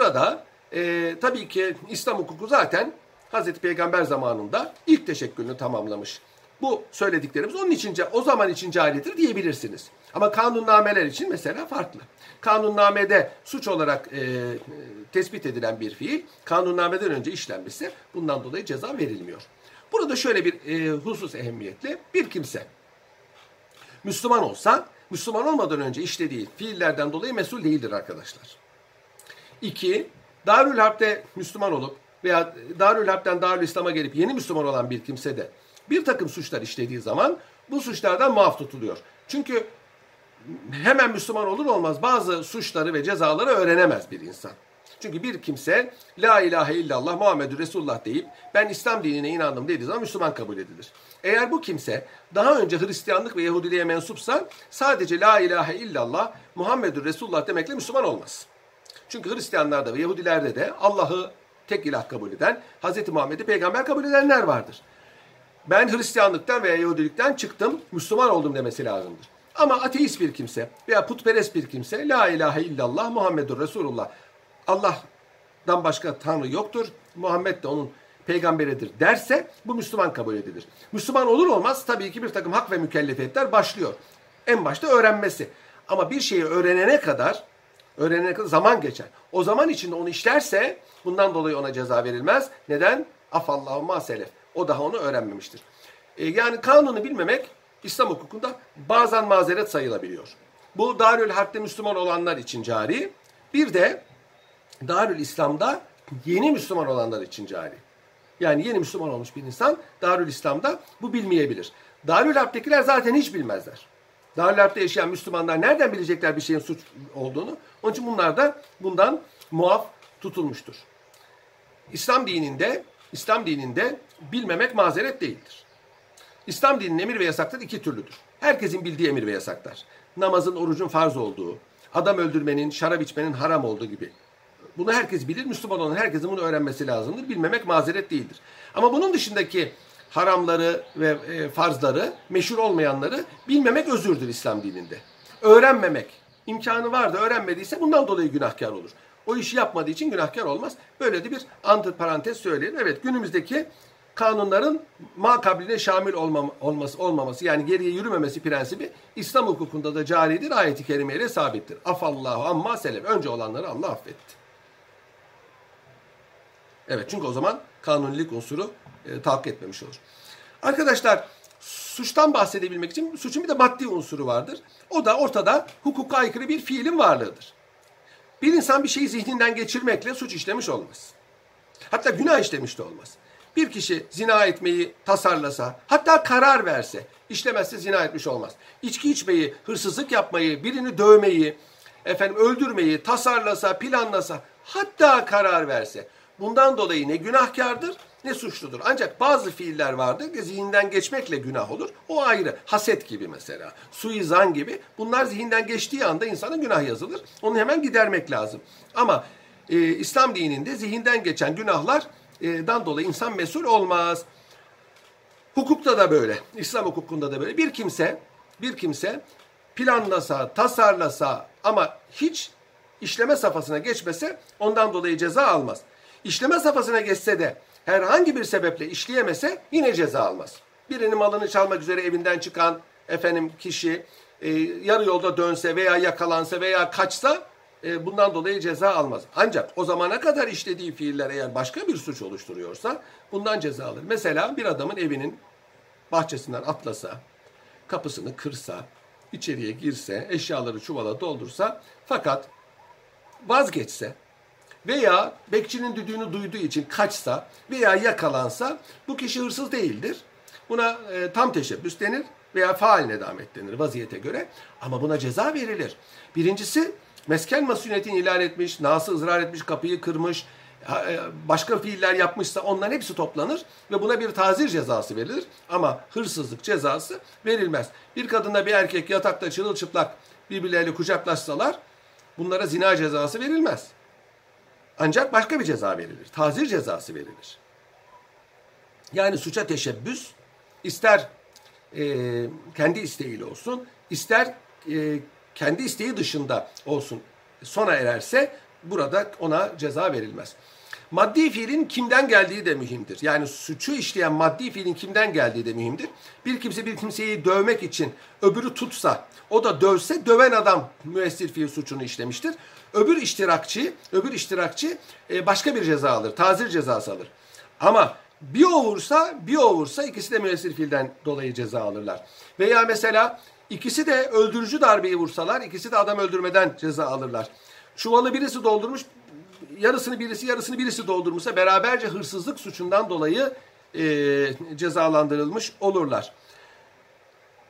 tabii ki İslam hukuku zaten Hazreti Peygamber zamanında ilk teşekkülünü tamamlamış. Bu söylediklerimiz onun için o zaman için caridir diyebilirsiniz. Ama kanunnameler için mesela farklı. Kanunnamede suç olarak tespit edilen bir fiil kanunnameden önce işlenmişse bundan dolayı ceza verilmiyor. Burada şöyle bir husus ehemmiyetli. Bir kimse Müslüman olsa Müslüman olmadan önce işlediği fiillerden dolayı mesul değildir arkadaşlar. 2. Darül Harp'te Müslüman olup veya Darül Harp'ten Darül İslam'a gelip yeni Müslüman olan bir kimse de bir takım suçlar işlediği zaman bu suçlardan muaf tutuluyor. Çünkü hemen Müslüman olur olmaz bazı suçları ve cezaları öğrenemez bir insan. Çünkü bir kimse la ilahe illallah Muhammedun Resulullah deyip ben İslam dinine inandım dediği zaman Müslüman kabul edilir. Eğer bu kimse daha önce Hristiyanlık ve Yahudiliğe mensupsa sadece la ilahe illallah Muhammedun Resulullah demekle Müslüman olmaz. Çünkü Hristiyanlarda ve Yahudilerde de Allah'ı tek ilah kabul eden, Hz. Muhammed'i peygamber kabul edenler vardır. Ben Hristiyanlıktan veya Yahudilikten çıktım, Müslüman oldum demesi lazımdır. Ama ateist bir kimse veya putperest bir kimse la ilahe illallah Muhammedur Resulullah, Allah'tan başka Tanrı yoktur, Muhammed de onun peygamberidir derse bu Müslüman kabul edilir. Müslüman olur olmaz tabii ki bir takım hak ve mükellefiyetler başlıyor. En başta öğrenmesi. Ama bir şeyi öğrenene kadar zaman geçer. O zaman içinde onu işlerse bundan dolayı ona ceza verilmez. Neden? Afallahu ma selef. O daha onu öğrenmemiştir. Yani kanunu bilmemek İslam hukukunda bazen mazeret sayılabiliyor. Bu Darül Harp'te Müslüman olanlar için cari. Bir de Darül İslam'da yeni Müslüman olanlar için cari. Yani yeni Müslüman olmuş bir insan Darül İslam'da bu bilmeyebilir. Darül Harp'tekiler zaten hiç bilmezler. Darül Harp'te yaşayan Müslümanlar nereden bilecekler bir şeyin suç olduğunu? Onun için bunlar da bundan muaf tutulmuştur. İslam dininde bilmemek mazeret değildir. İslam dininin emir ve yasakları iki türlüdür. Herkesin bildiği emir ve yasaklar. Namazın, orucun farz olduğu, adam öldürmenin, şarap içmenin haram olduğu gibi. Bunu herkes bilir. Müslüman olan herkesin bunu öğrenmesi lazımdır. Bilmemek mazeret değildir. Ama bunun dışındaki haramları ve farzları, meşhur olmayanları bilmemek özürdür İslam dininde. Öğrenmemek, imkanı var da öğrenmediyse bundan dolayı günahkar olur. O işi yapmadığı için günahkar olmaz. Böyle de bir antiparantez söyleyelim. Evet, günümüzdeki kanunların makabline şamil olmaması yani geriye yürümemesi prensibi İslam hukukunda da caridir. Ayet-i kerimeyle sabittir. Afallahu amma selef. Önce olanları Allah affetti. Evet, çünkü o zaman kanunilik unsuru tahakkuk etmemiş olur. Arkadaşlar, suçtan bahsedebilmek için suçun bir de maddi unsuru vardır. O da ortada hukuka aykırı bir fiilin varlığıdır. Bir insan bir şeyi zihninden geçirmekle suç işlemiş olmaz. Hatta günah işlemiş de olmaz. Bir kişi zina etmeyi tasarlasa, hatta karar verse, işlemezse zina etmiş olmaz. İçki içmeyi, hırsızlık yapmayı, birini dövmeyi, öldürmeyi tasarlasa, planlasa, hatta karar verse, bundan dolayı ne günahkardır ne suçludur. Ancak bazı fiiller vardır ki zihinden geçmekle günah olur. O ayrı. Haset gibi mesela, suizan gibi. Bunlar zihinden geçtiği anda insana günah yazılır. Onu hemen gidermek lazım. Ama İslam dininde zihinden geçen günahlardan dolayı insan mesul olmaz. Hukukta da böyle. İslam hukukunda da böyle. Bir kimse planlasa, tasarlasa ama hiç işleme safhasına geçmese ondan dolayı ceza almaz. İşleme safhasına geçse de herhangi bir sebeple işleyemese yine ceza almaz. Birinin malını çalmak üzere evinden çıkan kişi yarı yolda dönse veya yakalansa veya kaçsa bundan dolayı ceza almaz. Ancak o zamana kadar işlediği fiiller eğer başka bir suç oluşturuyorsa bundan ceza alır. Mesela bir adamın evinin bahçesinden atlasa, kapısını kırsa, içeriye girse, eşyaları çuvala doldursa fakat vazgeçse veya bekçinin düdüğünü duyduğu için kaçsa veya yakalansa bu kişi hırsız değildir. Buna tam teşebbüs denir veya faal nedamet denir vaziyete göre. Ama buna ceza verilir. Birincisi mesken masuniyetini ilan etmiş, nası ızrar etmiş, kapıyı kırmış, başka fiiller yapmışsa onların hepsi toplanır ve buna bir tazir cezası verilir. Ama hırsızlık cezası verilmez. Bir kadınla bir erkek yatakta çırılçıplak birbirleriyle kucaklaşsalar bunlara zina cezası verilmez. Ancak başka bir ceza verilir. Tazir cezası verilir. Yani suça teşebbüs ister kendi isteğiyle olsun, ister kendi isteği dışında olsun sona ererse burada ona ceza verilmez. Maddi fiilin kimden geldiği de mühimdir. Yani suçu işleyen maddi fiilin kimden geldiği de mühimdir. Bir kimse bir kimseyi dövmek için öbürü tutsa, o da dövse döven adam müessir fiil suçunu işlemiştir. Öbür iştirakçı başka bir ceza alır, tazir cezası alır. Ama bir o vursa ikisi de müessir fiilden dolayı ceza alırlar. Veya mesela ikisi de öldürücü darbeyi vursalar ikisi de adam öldürmeden ceza alırlar. Çuvalı birisi doldurmuş, yarısını birisi doldurmuşsa beraberce hırsızlık suçundan dolayı cezalandırılmış olurlar.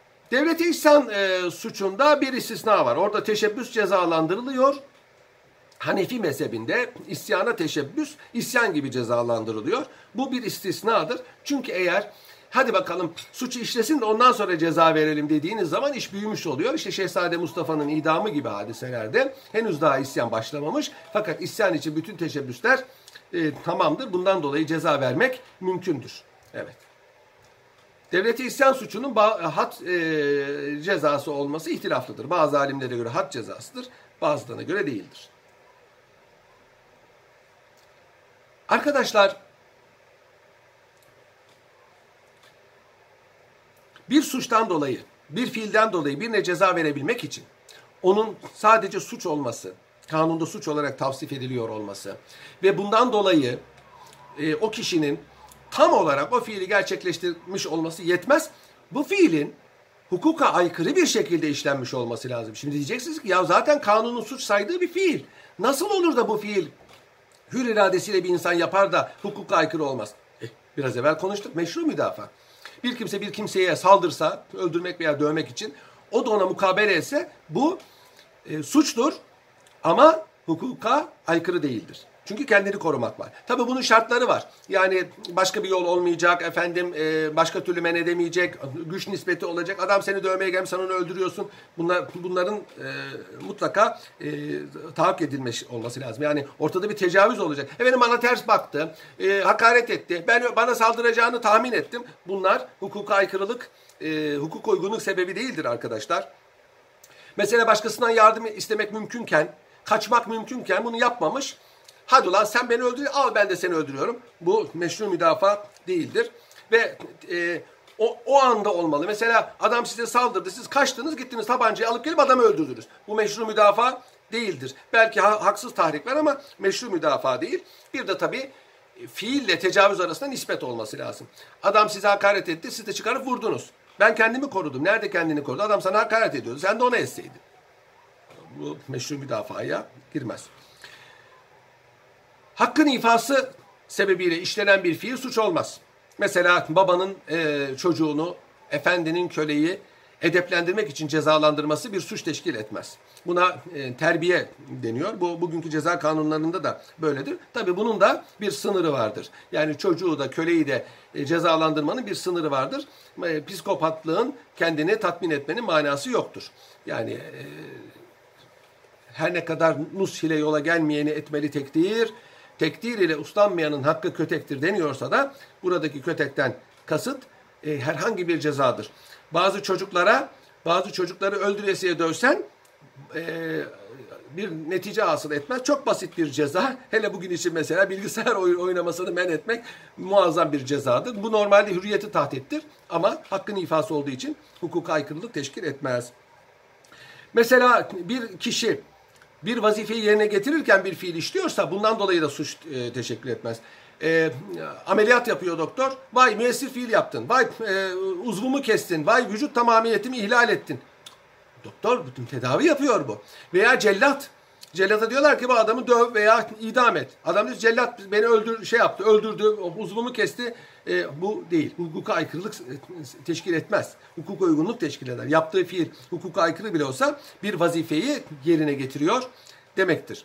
Devlete ihsan suçunda bir istisna var. Orada teşebbüs cezalandırılıyor. Hanefi mezhebinde isyana teşebbüs isyan gibi cezalandırılıyor. Bu bir istisnadır. Çünkü eğer hadi bakalım suçu işlesin de ondan sonra ceza verelim dediğiniz zaman iş büyümüş oluyor. İşte Şehzade Mustafa'nın idamı gibi hadiselerde henüz daha isyan başlamamış. Fakat isyan için bütün teşebbüsler tamamdır. Bundan dolayı ceza vermek mümkündür. Evet. Devlete isyan suçunun had cezası olması ihtilaflıdır. Bazı alimlere göre had cezasıdır, bazılarına göre değildir. Arkadaşlar, bir suçtan dolayı, bir fiilden dolayı birine ceza verebilmek için onun sadece suç olması, kanunda suç olarak tavsif ediliyor olması ve bundan dolayı o kişinin tam olarak o fiili gerçekleştirmiş olması yetmez. Bu fiilin hukuka aykırı bir şekilde işlenmiş olması lazım. Şimdi diyeceksiniz ki ya zaten kanunun suç saydığı bir fiil. Nasıl olur da bu fiil hür iradesiyle bir insan yapar da hukuka aykırı olmaz? Biraz evvel konuştuk. Meşru müdafaa. Bir kimse bir kimseye saldırsa, öldürmek veya dövmek için, o da ona mukabele etse bu suçtur ama hukuka aykırı değildir. Çünkü kendini korumak var. Tabii bunun şartları var. Yani başka bir yol olmayacak, başka türlü men edemeyecek, güç nispeti olacak. Adam seni dövmeye gelmiş, sen onu öldürüyorsun. Bunların mutlaka tahakkuk edilmiş olması lazım. Yani ortada bir tecavüz olacak. Efendim bana ters baktı, hakaret etti, bana saldıracağını tahmin ettim. Bunlar hukuka aykırılık, hukuk uygunluk sebebi değildir arkadaşlar. Mesela başkasından yardım istemek mümkünken, kaçmak mümkünken bunu yapmamış. Hadi ulan sen beni öldür, al ben de seni öldürüyorum. Bu meşru müdafaa değildir. Ve o anda olmalı. Mesela adam size saldırdı, siz kaçtınız, gittiniz tabancayı alıp gelip adamı öldürdünüz. Bu meşru müdafaa değildir. Belki haksız tahrik var ama meşru müdafaa değil. Bir de tabii fiille tecavüz arasında nispet olması lazım. Adam size hakaret etti, siz de çıkarıp vurdunuz. Ben kendimi korudum. Nerede kendini korudu? Adam sana hakaret ediyordu. Sen de ona etseydin. Bu meşru müdafaya girmez. Hakkın ifası sebebiyle işlenen bir fiil suç olmaz. Mesela babanın çocuğunu, efendinin köleyi edeplendirmek için cezalandırması bir suç teşkil etmez. Buna terbiye deniyor. Bu bugünkü ceza kanunlarında da böyledir. Tabii bunun da bir sınırı vardır. Yani çocuğu da köleyi de cezalandırmanın bir sınırı vardır. Psikopatlığın kendini tatmin etmenin manası yoktur. Yani her ne kadar nus ile yola gelmeyeni etmeli tekdir, tekdir ile uslanmayanın hakkı kötektir deniyorsa da buradaki kötekten kasıt herhangi bir cezadır. Bazı çocukları öldüresiye dövsen bir netice hasıl etmez. Çok basit bir ceza. Hele bugün için mesela bilgisayar oynamasını men etmek muazzam bir cezadır. Bu normalde hürriyeti tahdittir ama hakkın ifası olduğu için hukuka aykırılık teşkil etmez. Mesela bir kişi bir vazifeyi yerine getirirken bir fiil işliyorsa bundan dolayı da suç teşekkül etmez. Ameliyat yapıyor doktor. Vay müessir fiil yaptın. Vay uzvumu kestin. Vay vücut tamamiyetimi ihlal ettin. Doktor bütün tedavi yapıyor bu. Veya cellat. Cellata diyorlar ki bu adamı döv veya idam et. Adam diyor cellat beni öldürdü, uzvumu kesti. Bu değil. Hukuka aykırılık teşkil etmez. Hukuka uygunluk teşkil eder. Yaptığı fiil hukuka aykırı bile olsa bir vazifeyi yerine getiriyor demektir.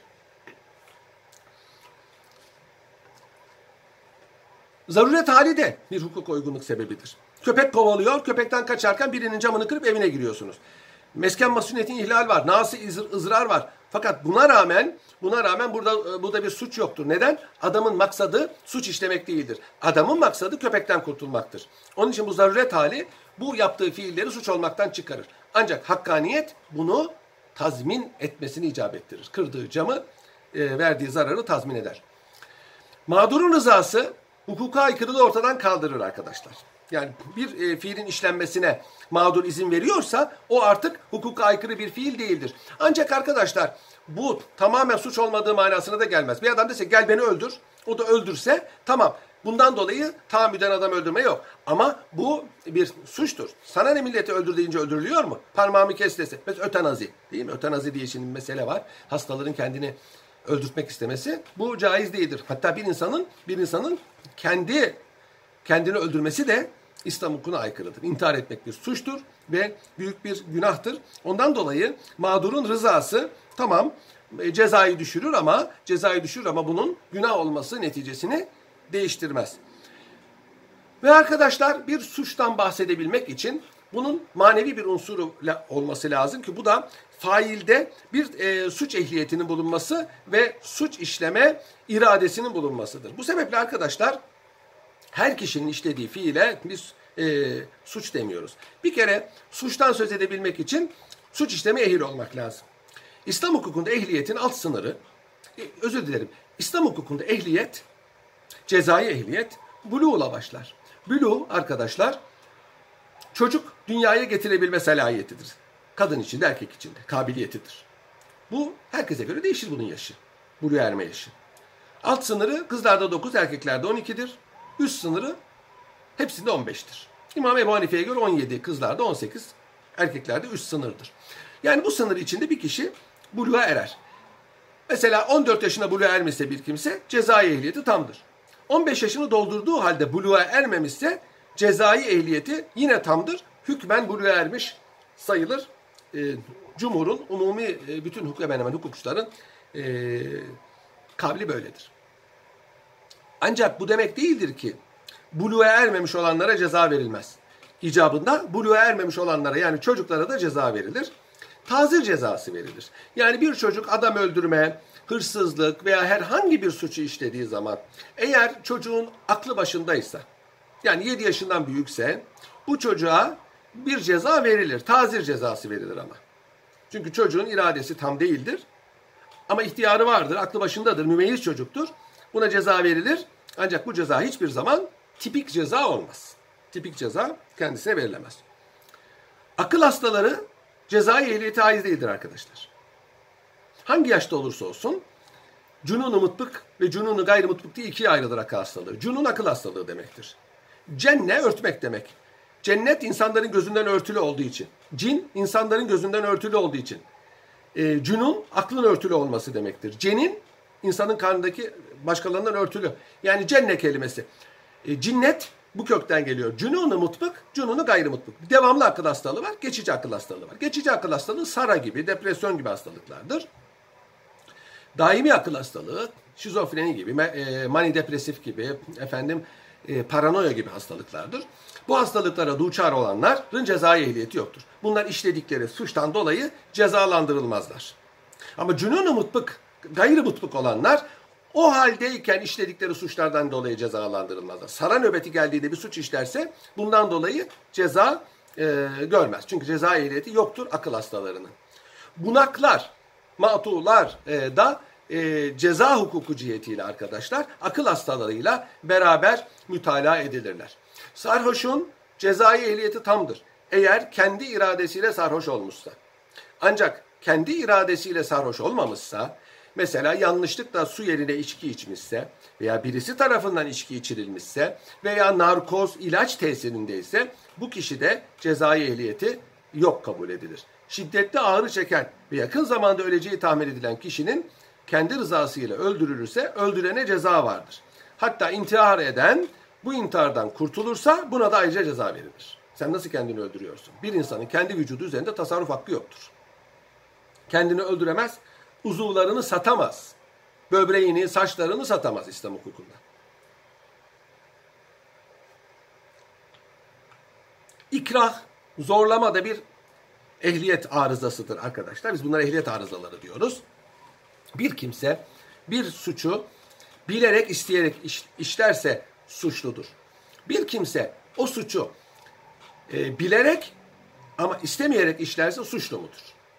Zaruret hali de bir hukuka uygunluk sebebidir. Köpek kovalıyor, köpekten kaçarken birinin camını kırıp evine giriyorsunuz. Mesken masuniyetin ihlal var, nasi ızrar var. Fakat buna rağmen burada bir suç yoktur. Neden? Adamın maksadı suç işlemek değildir. Adamın maksadı köpekten kurtulmaktır. Onun için bu zaruret hali bu yaptığı fiilleri suç olmaktan çıkarır. Ancak hakkaniyet bunu tazmin etmesini icap ettirir. Kırdığı camı verdiği zararı tazmin eder. Mağdurun rızası hukuka aykırılığı ortadan kaldırır arkadaşlar. Yani bir fiilin işlenmesine mağdur izin veriyorsa o artık hukuka aykırı bir fiil değildir. Ancak arkadaşlar bu tamamen suç olmadığı manasına da gelmez. Bir adam dese gel beni öldür, o da öldürse tamam. Bundan dolayı tahammüden adam öldürme yok. Ama bu bir suçtur. Sana ne milleti öldür deyince öldürülüyor mu? Parmağımı kes dese. Mesela ötenazi değil mi? Ötenazi diye şimdi bir mesele var. Hastaların kendini öldürtmek istemesi. Bu caiz değildir. Hatta bir insanın kendini öldürmesi de İslam hukukuna aykırıdır. İntihar etmek bir suçtur ve büyük bir günahtır. Ondan dolayı mağdurun rızası tamam cezayı düşürür ama bunun günah olması neticesini değiştirmez. Ve arkadaşlar bir suçtan bahsedebilmek için bunun manevi bir unsuru olması lazım ki bu da failde bir suç ehliyetinin bulunması ve suç işleme iradesinin bulunmasıdır. Bu sebeple arkadaşlar her kişinin işlediği fiile biz suç demiyoruz. Bir kere suçtan söz edebilmek için suç işleme ehil olmak lazım. İslam hukukunda ehliyetin alt sınırı, İslam hukukunda ehliyet, cezai ehliyet buluğla başlar. Buluğ arkadaşlar çocuk dünyaya getirebilme selahiyetidir. Kadın için de erkek için de kabiliyetidir. Bu herkese göre değişir bunun yaşı. Buluğa erme yaşı. Alt sınırı kızlarda 9, erkeklerde 12'dir. Üst sınırı hepsinde 15'tir. İmam Ebu Hanife'ye göre 17, kızlarda 18, erkeklerde üst sınırdır. Yani bu sınır içinde bir kişi buluğa erer. Mesela 14 yaşına buluğa ermişse bir kimse cezai ehliyeti tamdır. 15 yaşını doldurduğu halde buluğa ermemişse cezai ehliyeti yine tamdır. Hükmen buluğa ermiş sayılır. Cumhurun, umumi bütün hemen hemen hukukçuların kavli böyledir. Ancak bu demek değildir ki buluğa ermemiş olanlara ceza verilmez. İcabında buluğa ermemiş olanlara yani çocuklara da ceza verilir. Tazir cezası verilir. Yani bir çocuk adam öldürme, hırsızlık veya herhangi bir suçu işlediği zaman eğer çocuğun aklı başındaysa yani 7 yaşından büyükse bu çocuğa bir ceza verilir. Tazir cezası verilir ama. Çünkü çocuğun iradesi tam değildir. Ama ihtiyarı vardır, aklı başındadır, mümeyyiz çocuktur. Buna ceza verilir. Ancak bu ceza hiçbir zaman tipik ceza olmaz. Tipik ceza kendisine verilemez. Akıl hastaları cezai ehliyete ait değildir arkadaşlar. Hangi yaşta olursa olsun cunun-u mutbık ve cunun-u gayrimutbık diye ikiye ayrılır akıl hastalığı. Cunun akıl hastalığı demektir. Cenne örtmek demek. Cennet insanların gözünden örtülü olduğu için. Cin insanların gözünden örtülü olduğu için. Cunun aklın örtülü olması demektir. Cenin insanın karnındaki başkalarından örtülü. Yani cenne kelimesi. Cinnet bu kökten geliyor. Cunun-u mutbık, cunun-u gayrimutbık. Devamlı akıl hastalığı var, geçici akıl hastalığı var. Geçici akıl hastalığı sara gibi, depresyon gibi hastalıklardır. Daimi akıl hastalığı, şizofreni gibi, mani depresif gibi, paranoya gibi hastalıklardır. Bu hastalıklara duçar olanların cezai ehliyeti yoktur. Bunlar işledikleri suçtan dolayı cezalandırılmazlar. Ama cunun-u mutbık, gayrimutbık olanlar o haldeyken işledikleri suçlardan dolayı cezalandırılmazlar. Sara nöbeti geldiğinde bir suç işlerse bundan dolayı ceza görmez. Çünkü ceza ehliyeti yoktur akıl hastalarının. Bunaklar, matular da ceza hukuku cihetiyle arkadaşlar akıl hastalarıyla beraber mütalaa edilirler. Sarhoşun cezai ehliyeti tamdır. Eğer kendi iradesiyle sarhoş olmuşsa. Ancak kendi iradesiyle sarhoş olmamışsa, mesela yanlışlıkla su yerine içki içmişse veya birisi tarafından içki içirilmişse veya narkoz, ilaç tesirindeyse bu kişide cezai ehliyeti yok kabul edilir. Şiddetli ağrı çeken ve yakın zamanda öleceği tahmin edilen kişinin kendi rızasıyla öldürülürse öldürene ceza vardır. Hatta intihar eden bu intihardan kurtulursa buna da ayrıca ceza verilir. Sen nasıl kendini öldürüyorsun? Bir insanın kendi vücudu üzerinde tasarruf hakkı yoktur. Kendini öldüremez, uzuvlarını satamaz. Böbreğini, saçlarını satamaz İslam hukukunda. İkrah, zorlama da bir ehliyet arızasıdır arkadaşlar. Biz bunlara ehliyet arızaları diyoruz. Bir kimse bir suçu bilerek, isteyerek işlerse suçludur. Bir kimse o suçu bilerek ama istemeyerek işlerse suçlu mudur?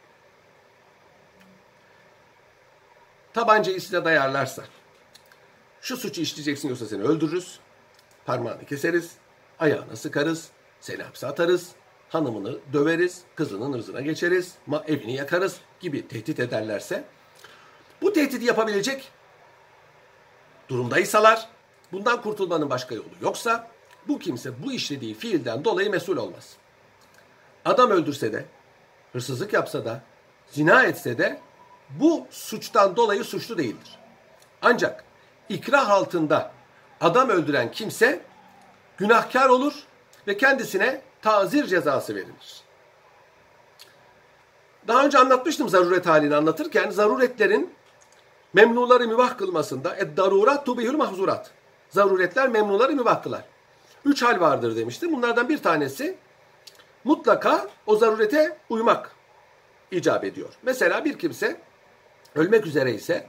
Tabancayı size dayarlarsa, şu suçu işleyeceksin yoksa seni öldürürüz, parmağını keseriz, ayağını sıkarız, seni hapse atarız, hanımını döveriz, kızının ırzına geçeriz, evini yakarız gibi tehdit ederlerse, bu tehdidi yapabilecek durumdaysalar, bundan kurtulmanın başka yolu yoksa, bu kimse bu işlediği fiilden dolayı mesul olmaz. Adam öldürse de, hırsızlık yapsa da, zina etse de, bu suçtan dolayı suçlu değildir. Ancak ikrah altında adam öldüren kimse günahkar olur ve kendisine tazir cezası verilir. Daha önce anlatmıştım zaruret halini anlatırken. Zaruretlerin memnuları mübah kılmasında darurat tubihül mahzurat. Zaruretler memnuları mübah kılar. 3 hal vardır demiştim. Bunlardan bir tanesi mutlaka o zarurete uymak icap ediyor. Mesela bir kimse ölmek üzere ise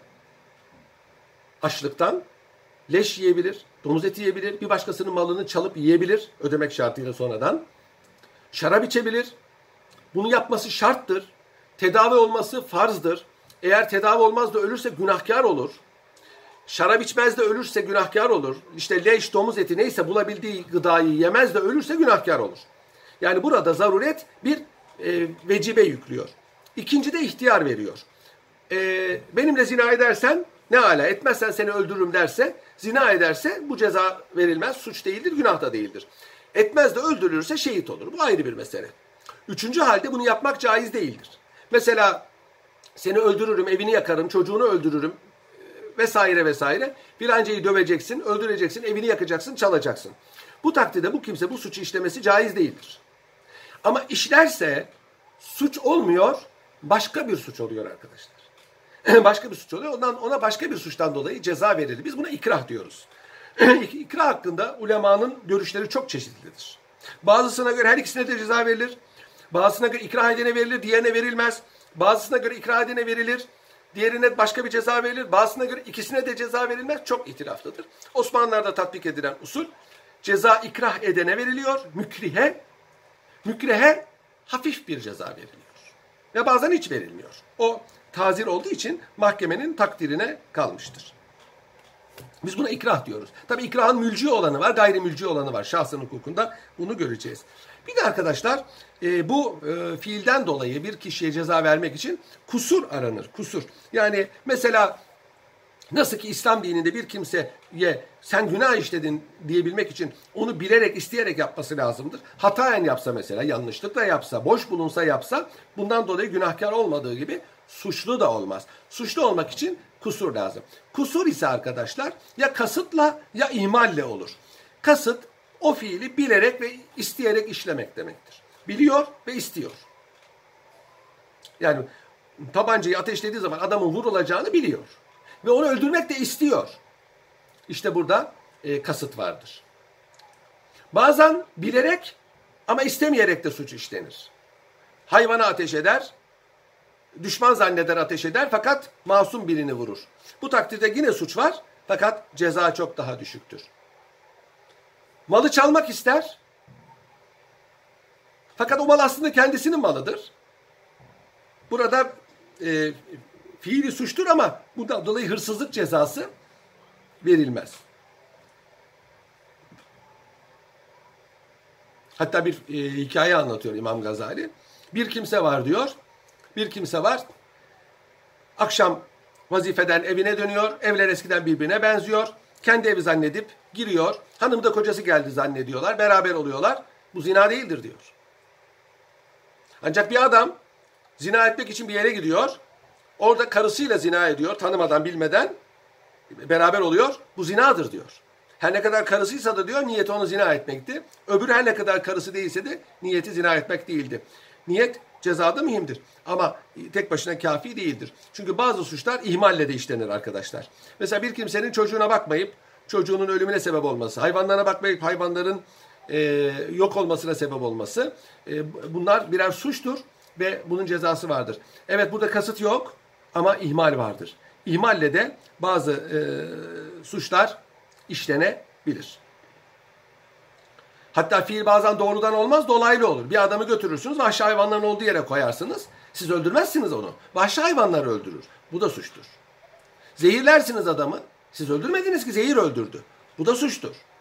açlıktan leş yiyebilir, domuz eti yiyebilir, bir başkasının malını çalıp yiyebilir, ödemek şartıyla sonradan. Şarap içebilir. Bunu yapması şarttır. Tedavi olması farzdır. Eğer tedavi olmaz da ölürse günahkar olur. Şarap içmez de ölürse günahkar olur. İşte leş, domuz eti neyse bulabildiği gıdayı yemez de ölürse günahkar olur. Yani burada zaruret bir vecibe yüklüyor. İkinci de ihtiyar veriyor. Benimle zina edersen ne ala, etmezsen seni öldürürüm derse, zina ederse bu ceza verilmez, suç değildir, günah da değildir. Etmez de öldürülürse şehit olur. Bu ayrı bir mesele. Üçüncü halde bunu yapmak caiz değildir. Mesela seni öldürürüm, evini yakarım, çocuğunu öldürürüm vesaire vesaire. Filancayı döveceksin, öldüreceksin, evini yakacaksın, çalacaksın. Bu takdirde bu kimse bu suçu işlemesi caiz değildir. Ama işlerse suç olmuyor, başka bir suç oluyor arkadaşlar. Başka bir suç oluyor. Ona başka bir suçtan dolayı ceza verilir. Biz buna ikrah diyoruz. İkrah hakkında ulemanın görüşleri çok çeşitlidir. Bazısına göre her ikisine de ceza verilir. Bazısına göre ikrah edene verilir, diğerine verilmez. Bazısına göre ikrah edene verilir, diğerine başka bir ceza verilir. Bazısına göre ikisine de ceza verilmez. Çok ihtilaflıdır. Osmanlılar'da tatbik edilen usul, ceza ikrah edene veriliyor, mükrehe hafif bir ceza veriliyor. Ve bazen hiç verilmiyor. O tazir olduğu için mahkemenin takdirine kalmıştır. Biz buna ikrah diyoruz. Tabii ikrahın mülci olanı var, gayrimülci olanı var. Şahsın hukukunda bunu göreceğiz. Bir de arkadaşlar bu fiilden dolayı bir kişiye ceza vermek için kusur aranır. Kusur. Yani mesela nasıl ki İslam dininde bir kimseye sen günah işledin diyebilmek için onu bilerek, isteyerek yapması lazımdır. Hataen yapsa mesela, yanlışlıkla yapsa, boş bulunsa yapsa bundan dolayı günahkar olmadığı gibi suçlu da olmaz. Suçlu olmak için kusur lazım. Kusur ise arkadaşlar ya kasıtla ya ihmalle olur. Kasıt o fiili bilerek ve isteyerek işlemek demektir. Biliyor ve istiyor. Yani tabancayı ateşlediği zaman adamın vurulacağını biliyor. Ve onu öldürmek de istiyor. İşte burada kasıt vardır. Bazen bilerek ama istemeyerek de suç işlenir. Hayvana ateş eder, düşman zanneder ateş eder fakat masum birini vurur. Bu takdirde yine suç var fakat ceza çok daha düşüktür. Malı çalmak ister fakat o mal aslında kendisinin malıdır. Burada fiili suçtur ama bundan dolayı hırsızlık cezası verilmez. Hatta bir hikaye anlatıyor İmam Gazali. Bir kimse var diyor. Bir kimse var. Akşam vazifeden evine dönüyor. Evler eskiden birbirine benziyor. Kendi evi zannedip giriyor. Hanım da kocası geldi zannediyorlar. Beraber oluyorlar. Bu zina değildir diyor. Ancak bir adam zina etmek için bir yere gidiyor. Orada karısıyla zina ediyor. Tanımadan, bilmeden beraber oluyor. Bu zinadır diyor. Her ne kadar karısıysa da diyor niyeti onu zina etmekti. Öbürü her ne kadar karısı değilse de niyeti zina etmek değildi. Niyet cezada mühimdir. Ama tek başına kafi değildir. Çünkü bazı suçlar ihmalle de işlenir arkadaşlar. Mesela bir kimsenin çocuğuna bakmayıp çocuğunun ölümüne sebep olması, hayvanlarına bakmayıp hayvanların yok olmasına sebep olması, bunlar birer suçtur ve bunun cezası vardır. Evet, burada kasıt yok ama ihmal vardır. İhmalle de bazı suçlar işlenebilir. Hatta fiil bazen doğrudan olmaz, dolaylı olur. Bir adamı götürürsünüz, vahşi hayvanların olduğu yere koyarsınız. Siz öldürmezsiniz onu. Vahşi hayvanları öldürür. Bu da suçtur. Zehirlersiniz adamı. Siz öldürmediniz ki, zehir öldürdü. Bu da suçtur.